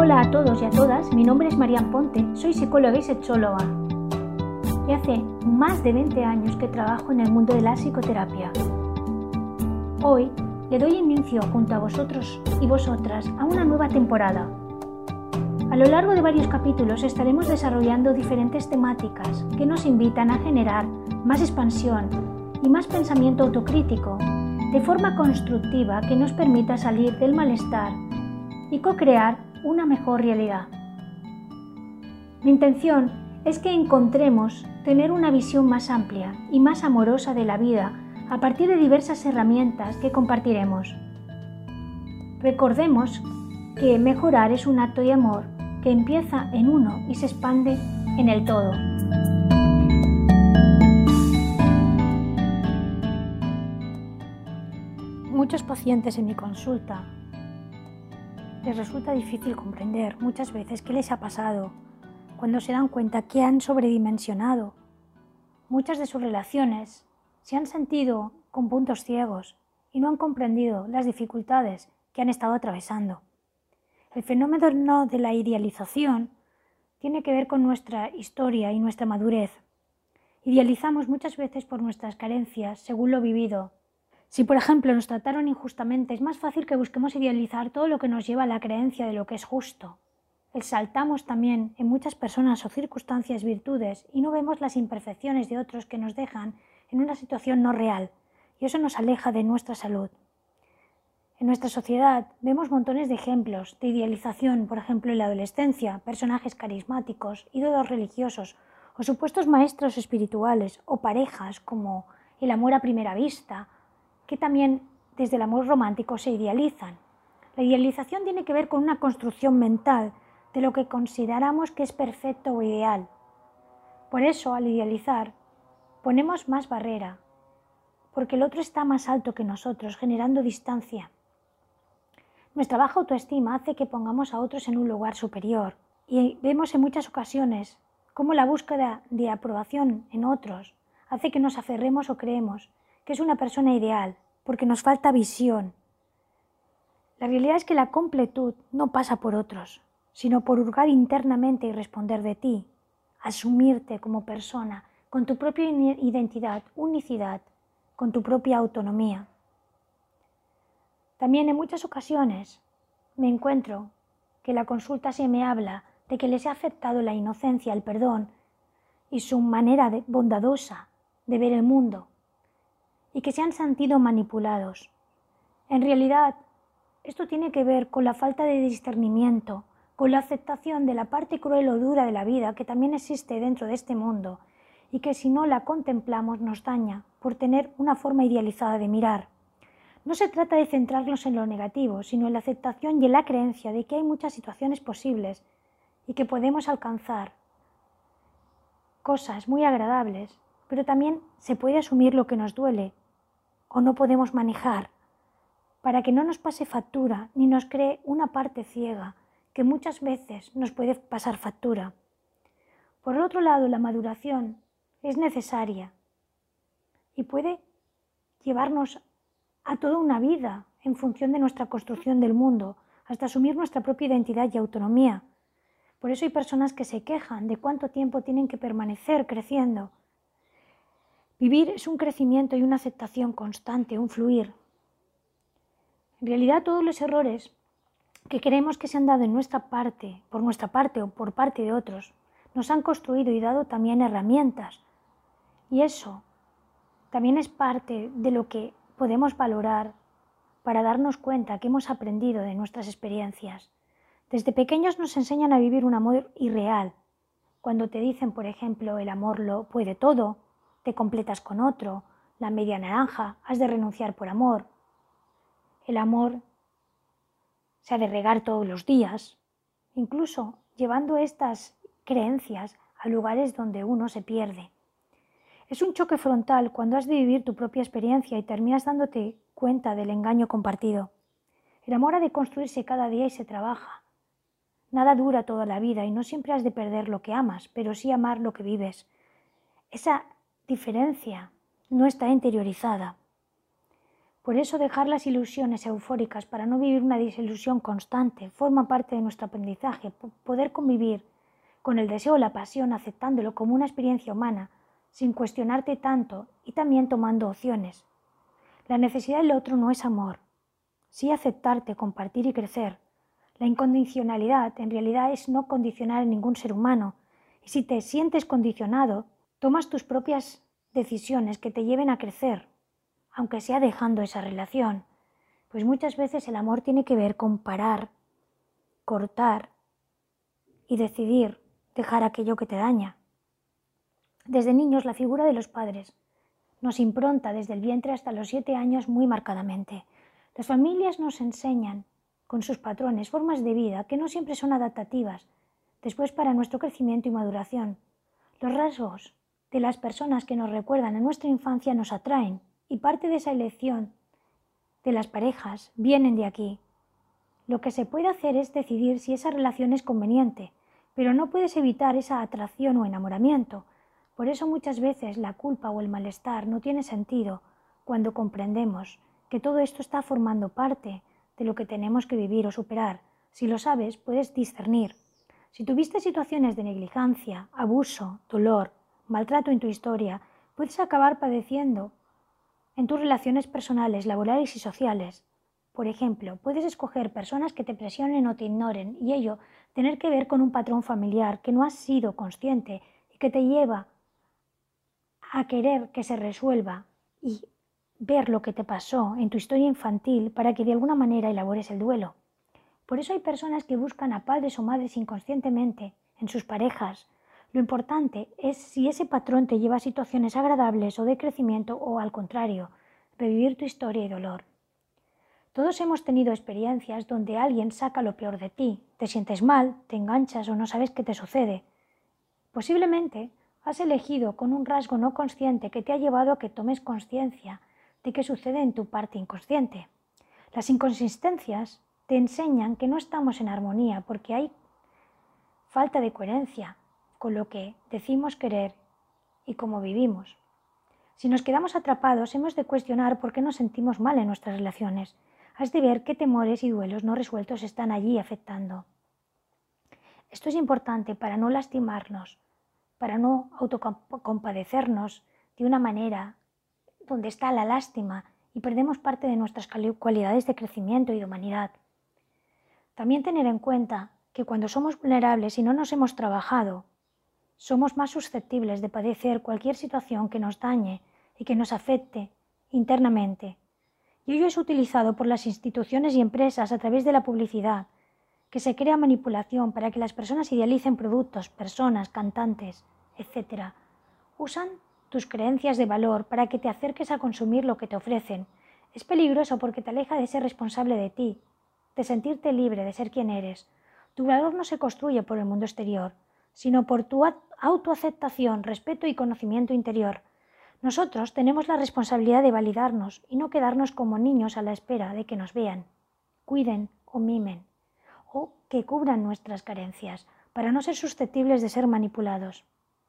Hola a todos y a todas, mi nombre es Marian Ponte, soy psicóloga y sexóloga y hace más de 20 años que trabajo en el mundo de la psicoterapia. Hoy le doy inicio junto a vosotros y vosotras a una nueva temporada. A lo largo de varios capítulos estaremos desarrollando diferentes temáticas que nos invitan a generar más expansión y más pensamiento autocrítico, de forma constructiva que nos permita salir del malestar y co-crear una mejor realidad. Mi intención es que encontremos tener una visión más amplia y más amorosa de la vida a partir de diversas herramientas que compartiremos. Recordemos que mejorar es un acto de amor que empieza en uno y se expande en el todo. Muchos pacientes en mi consulta les resulta difícil comprender muchas veces qué les ha pasado cuando se dan cuenta que han sobredimensionado muchas de sus relaciones, se han sentido con puntos ciegos y no han comprendido las dificultades que han estado atravesando. El fenómeno de la idealización tiene que ver con nuestra historia y nuestra madurez. Idealizamos muchas veces por nuestras carencias según lo vivido. Si, por ejemplo, nos trataron injustamente, es más fácil que busquemos idealizar todo lo que nos lleva a la creencia de lo que es justo. Exaltamos también en muchas personas o circunstancias virtudes y no vemos las imperfecciones de otros que nos dejan en una situación no real, y eso nos aleja de nuestra salud. En nuestra sociedad vemos montones de ejemplos de idealización, por ejemplo en la adolescencia, personajes carismáticos, ídolos religiosos o supuestos maestros espirituales o parejas como el amor a primera vista, que también desde el amor romántico se idealizan. La idealización tiene que ver con una construcción mental de lo que consideramos que es perfecto o ideal. Por eso, al idealizar, ponemos más barrera, porque el otro está más alto que nosotros, generando distancia. Nuestra baja autoestima hace que pongamos a otros en un lugar superior y vemos en muchas ocasiones cómo la búsqueda de aprobación en otros hace que nos aferremos o creemos que es una persona ideal, porque nos falta visión. La realidad es que la completud no pasa por otros, sino por hurgar internamente y responder de ti, asumirte como persona, con tu propia identidad, unicidad, con tu propia autonomía. También en muchas ocasiones me encuentro que la consulta se me habla de que les ha afectado la inocencia, el perdón y su manera bondadosa de ver el mundo y que se han sentido manipulados. En realidad, esto tiene que ver con la falta de discernimiento, con la aceptación de la parte cruel o dura de la vida que también existe dentro de este mundo y que si no la contemplamos nos daña por tener una forma idealizada de mirar. No se trata de centrarnos en lo negativo, sino en la aceptación y en la creencia de que hay muchas situaciones posibles y que podemos alcanzar cosas muy agradables, pero también se puede asumir lo que nos duele o no podemos manejar para que no nos pase factura ni nos cree una parte ciega que muchas veces nos puede pasar factura. Por otro lado, la maduración es necesaria y puede llevarnos a toda una vida en función de nuestra construcción del mundo, hasta asumir nuestra propia identidad y autonomía. Por eso hay personas que se quejan de cuánto tiempo tienen que permanecer creciendo. Vivir es un crecimiento y una aceptación constante, un fluir. En realidad todos los errores que creemos que se han dado en nuestra parte, por nuestra parte o por parte de otros, nos han construido y dado también herramientas. Y eso también es parte de lo que podemos valorar para darnos cuenta que hemos aprendido de nuestras experiencias. Desde pequeños nos enseñan a vivir un amor irreal. Cuando te dicen, por ejemplo, el amor lo puede todo, te completas con otro, la media naranja, has de renunciar por amor. El amor se ha de regar todos los días, incluso llevando estas creencias a lugares donde uno se pierde. Es un choque frontal cuando has de vivir tu propia experiencia y terminas dándote cuenta del engaño compartido. El amor ha de construirse cada día y se trabaja. Nada dura toda la vida y no siempre has de perder lo que amas, pero sí amar lo que vives. Esa diferencia no está interiorizada. Por eso dejar las ilusiones eufóricas para no vivir una desilusión constante forma parte de nuestro aprendizaje. Poder convivir con el deseo o la pasión aceptándolo como una experiencia humana, sin cuestionarte tanto y también tomando opciones. La necesidad del otro no es amor, sí aceptarte, compartir y crecer. La incondicionalidad en realidad es no condicionar a ningún ser humano, y si te sientes condicionado, tomas tus propias decisiones que te lleven a crecer, aunque sea dejando esa relación. Pues muchas veces el amor tiene que ver con parar, cortar y decidir dejar aquello que te daña. Desde niños la figura de los padres nos impronta desde el vientre hasta los 7 años muy marcadamente. Las familias nos enseñan con sus patrones formas de vida que no siempre son adaptativas después para nuestro crecimiento y maduración. Los rasgos de las personas que nos recuerdan a nuestra infancia nos atraen y parte de esa elección de las parejas vienen de aquí. Lo que se puede hacer es decidir si esa relación es conveniente, pero no puedes evitar esa atracción o enamoramiento. Por eso muchas veces la culpa o el malestar no tiene sentido cuando comprendemos que todo esto está formando parte de lo que tenemos que vivir o superar. Si lo sabes, puedes discernir. Si tuviste situaciones de negligencia, abuso, dolor, maltrato en tu historia, puedes acabar padeciendo en tus relaciones personales, laborales y sociales. Por ejemplo, puedes escoger personas que te presionen o te ignoren y ello tener que ver con un patrón familiar que no has sido consciente y que te lleva a querer que se resuelva y ver lo que te pasó en tu historia infantil para que de alguna manera elabores el duelo. Por eso hay personas que buscan a padres o madres inconscientemente en sus parejas. Lo importante es si ese patrón te lleva a situaciones agradables o de crecimiento o al contrario, revivir tu historia y dolor. Todos hemos tenido experiencias donde alguien saca lo peor de ti, te sientes mal, te enganchas o no sabes qué te sucede. Posiblemente has elegido con un rasgo no consciente que te ha llevado a que tomes conciencia de qué sucede en tu parte inconsciente. Las inconsistencias te enseñan que no estamos en armonía porque hay falta de coherencia con lo que decimos querer y cómo vivimos. Si nos quedamos atrapados, hemos de cuestionar por qué nos sentimos mal en nuestras relaciones. Has de ver qué temores y duelos no resueltos están allí afectando. Esto es importante para no lastimarnos, para no autocompadecernos de una manera donde está la lástima y perdemos parte de nuestras cualidades de crecimiento y de humanidad. También tener en cuenta que cuando somos vulnerables y no nos hemos trabajado, somos más susceptibles de padecer cualquier situación que nos dañe y que nos afecte internamente. Y ello es utilizado por las instituciones y empresas a través de la publicidad, que se crea manipulación para que las personas idealicen productos, personas, cantantes, etc. Usan tus creencias de valor para que te acerques a consumir lo que te ofrecen. Es peligroso porque te aleja de ser responsable de ti, de sentirte libre, de ser quien eres. Tu valor no se construye por el mundo exterior, sino por tu autoaceptación, respeto y conocimiento interior. Nosotros tenemos la responsabilidad de validarnos y no quedarnos como niños a la espera de que nos vean, cuiden o mimen, o que cubran nuestras carencias, para no ser susceptibles de ser manipulados.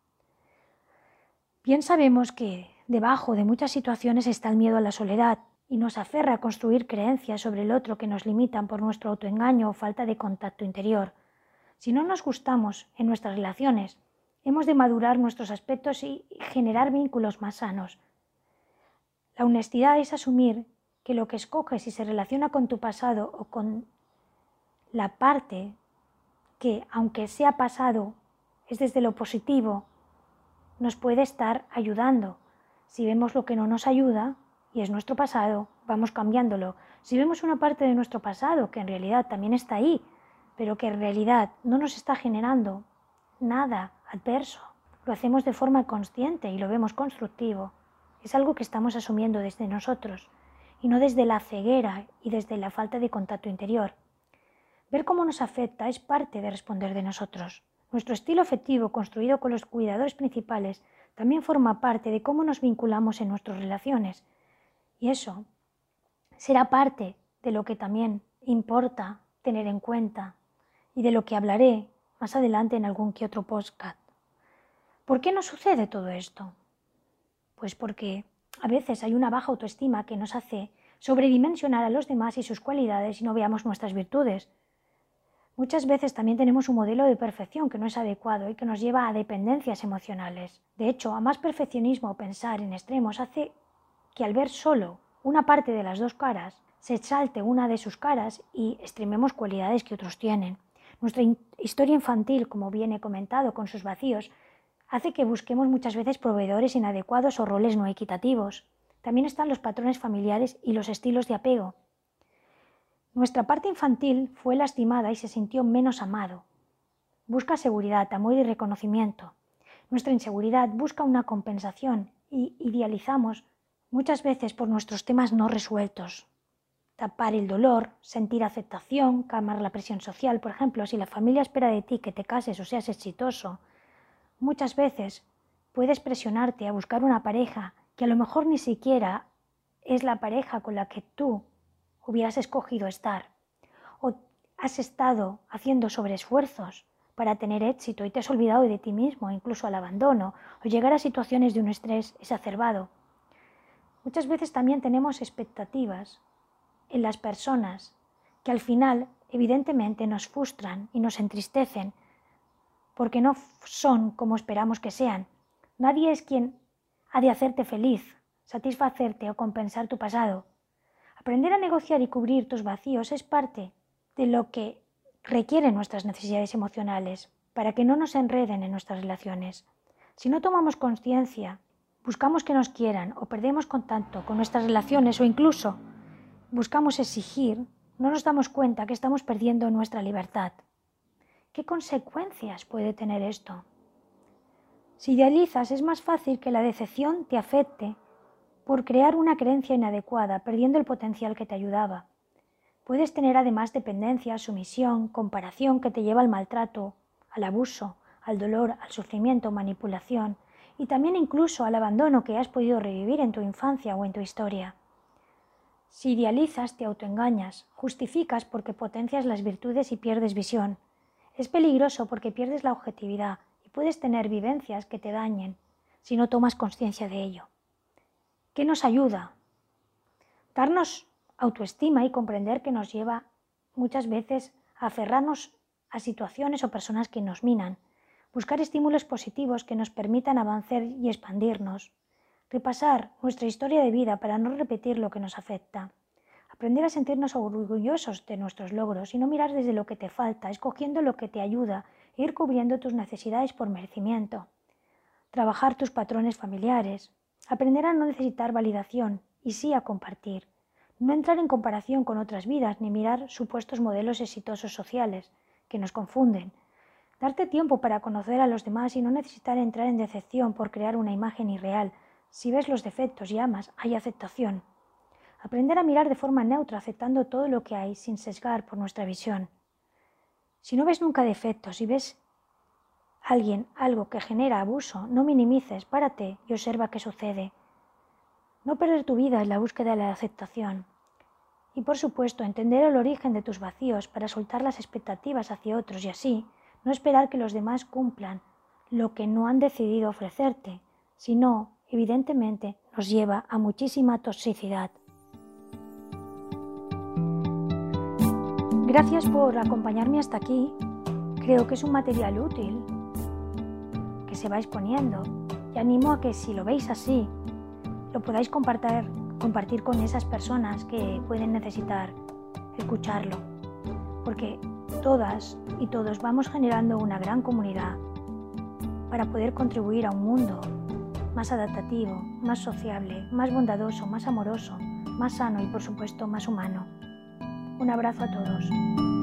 Bien sabemos que debajo de muchas situaciones está el miedo a la soledad y nos aferra a construir creencias sobre el otro que nos limitan por nuestro autoengaño o falta de contacto interior. Si no nos gustamos en nuestras relaciones, hemos de madurar nuestros aspectos y generar vínculos más sanos. La honestidad es asumir que lo que escoges si se relaciona con tu pasado o con la parte que, aunque sea pasado, es desde lo positivo, nos puede estar ayudando. Si vemos lo que no nos ayuda y es nuestro pasado, vamos cambiándolo. Si vemos una parte de nuestro pasado que en realidad también está ahí, pero que en realidad no nos está generando nada adverso, lo hacemos de forma consciente y lo vemos constructivo. Es algo que estamos asumiendo desde nosotros y no desde la ceguera y desde la falta de contacto interior. Ver cómo nos afecta es parte de responder de nosotros. Nuestro estilo afectivo, construido con los cuidadores principales, también forma parte de cómo nos vinculamos en nuestras relaciones. Y eso será parte de lo que también importa tener en cuenta y de lo que hablaré más adelante en algún que otro podcast. ¿Por qué nos sucede todo esto? Pues porque a veces hay una baja autoestima que nos hace sobredimensionar a los demás y sus cualidades y no veamos nuestras virtudes. Muchas veces también tenemos un modelo de perfección que no es adecuado y que nos lleva a dependencias emocionales. De hecho, a más perfeccionismo o pensar en extremos hace que al ver solo una parte de las dos caras, se exalte una de sus caras y extrememos cualidades que otros tienen. Nuestra historia infantil, como bien he comentado, con sus vacíos, hace que busquemos muchas veces proveedores inadecuados o roles no equitativos. También están los patrones familiares y los estilos de apego. Nuestra parte infantil fue lastimada y se sintió menos amado. Busca seguridad, amor y reconocimiento. Nuestra inseguridad busca una compensación y idealizamos muchas veces por nuestros temas no resueltos. Tapar el dolor, sentir aceptación, calmar la presión social. Por ejemplo, si la familia espera de ti que te cases o seas exitoso, muchas veces puedes presionarte a buscar una pareja que a lo mejor ni siquiera es la pareja con la que tú hubieras escogido estar. O has estado haciendo sobreesfuerzos para tener éxito y te has olvidado de ti mismo, incluso al abandono, o llegar a situaciones de un estrés exacerbado. Muchas veces también tenemos expectativas en las personas que al final evidentemente nos frustran y nos entristecen porque no son como esperamos que sean. Nadie es quien ha de hacerte feliz, satisfacerte o compensar tu pasado. Aprender a negociar y cubrir tus vacíos es parte de lo que requieren nuestras necesidades emocionales para que no nos enreden en nuestras relaciones. Si no tomamos conciencia, buscamos que nos quieran o perdemos contacto con nuestras relaciones o incluso buscamos exigir, no nos damos cuenta que estamos perdiendo nuestra libertad. ¿Qué consecuencias puede tener esto? Si idealizas, es más fácil que la decepción te afecte por crear una creencia inadecuada, perdiendo el potencial que te ayudaba. Puedes tener además dependencia, sumisión, comparación que te lleva al maltrato, al abuso, al dolor, al sufrimiento, manipulación y también incluso al abandono que has podido revivir en tu infancia o en tu historia. Si idealizas, te autoengañas, justificas porque potencias las virtudes y pierdes visión. Es peligroso porque pierdes la objetividad y puedes tener vivencias que te dañen si no tomas conciencia de ello. ¿Qué nos ayuda? Darnos autoestima y comprender que nos lleva muchas veces a aferrarnos a situaciones o personas que nos minan. Buscar estímulos positivos que nos permitan avanzar y expandirnos. Repasar nuestra historia de vida para no repetir lo que nos afecta. Aprender a sentirnos orgullosos de nuestros logros y no mirar desde lo que te falta, escogiendo lo que te ayuda e ir cubriendo tus necesidades por merecimiento. Trabajar tus patrones familiares. Aprender a no necesitar validación y sí a compartir. No entrar en comparación con otras vidas ni mirar supuestos modelos exitosos sociales que nos confunden. Darte tiempo para conocer a los demás y no necesitar entrar en decepción por crear una imagen irreal. Si ves los defectos y amas, hay aceptación. Aprender a mirar de forma neutra, aceptando todo lo que hay sin sesgar por nuestra visión. Si no ves nunca defectos y ves algo que genera abuso, no minimices, párate y observa qué sucede. No perder tu vida en la búsqueda de la aceptación. Y por supuesto, entender el origen de tus vacíos para soltar las expectativas hacia otros y así no esperar que los demás cumplan lo que no han decidido ofrecerte, sino, evidentemente, nos lleva a muchísima toxicidad. Gracias por acompañarme hasta aquí. Creo que es un material útil que se va exponiendo y animo a que si lo veis así, lo podáis compartir con esas personas que pueden necesitar escucharlo, porque todas y todos vamos generando una gran comunidad para poder contribuir a un mundo más adaptativo, más sociable, más bondadoso, más amoroso, más sano y por supuesto más humano. Un abrazo a todos.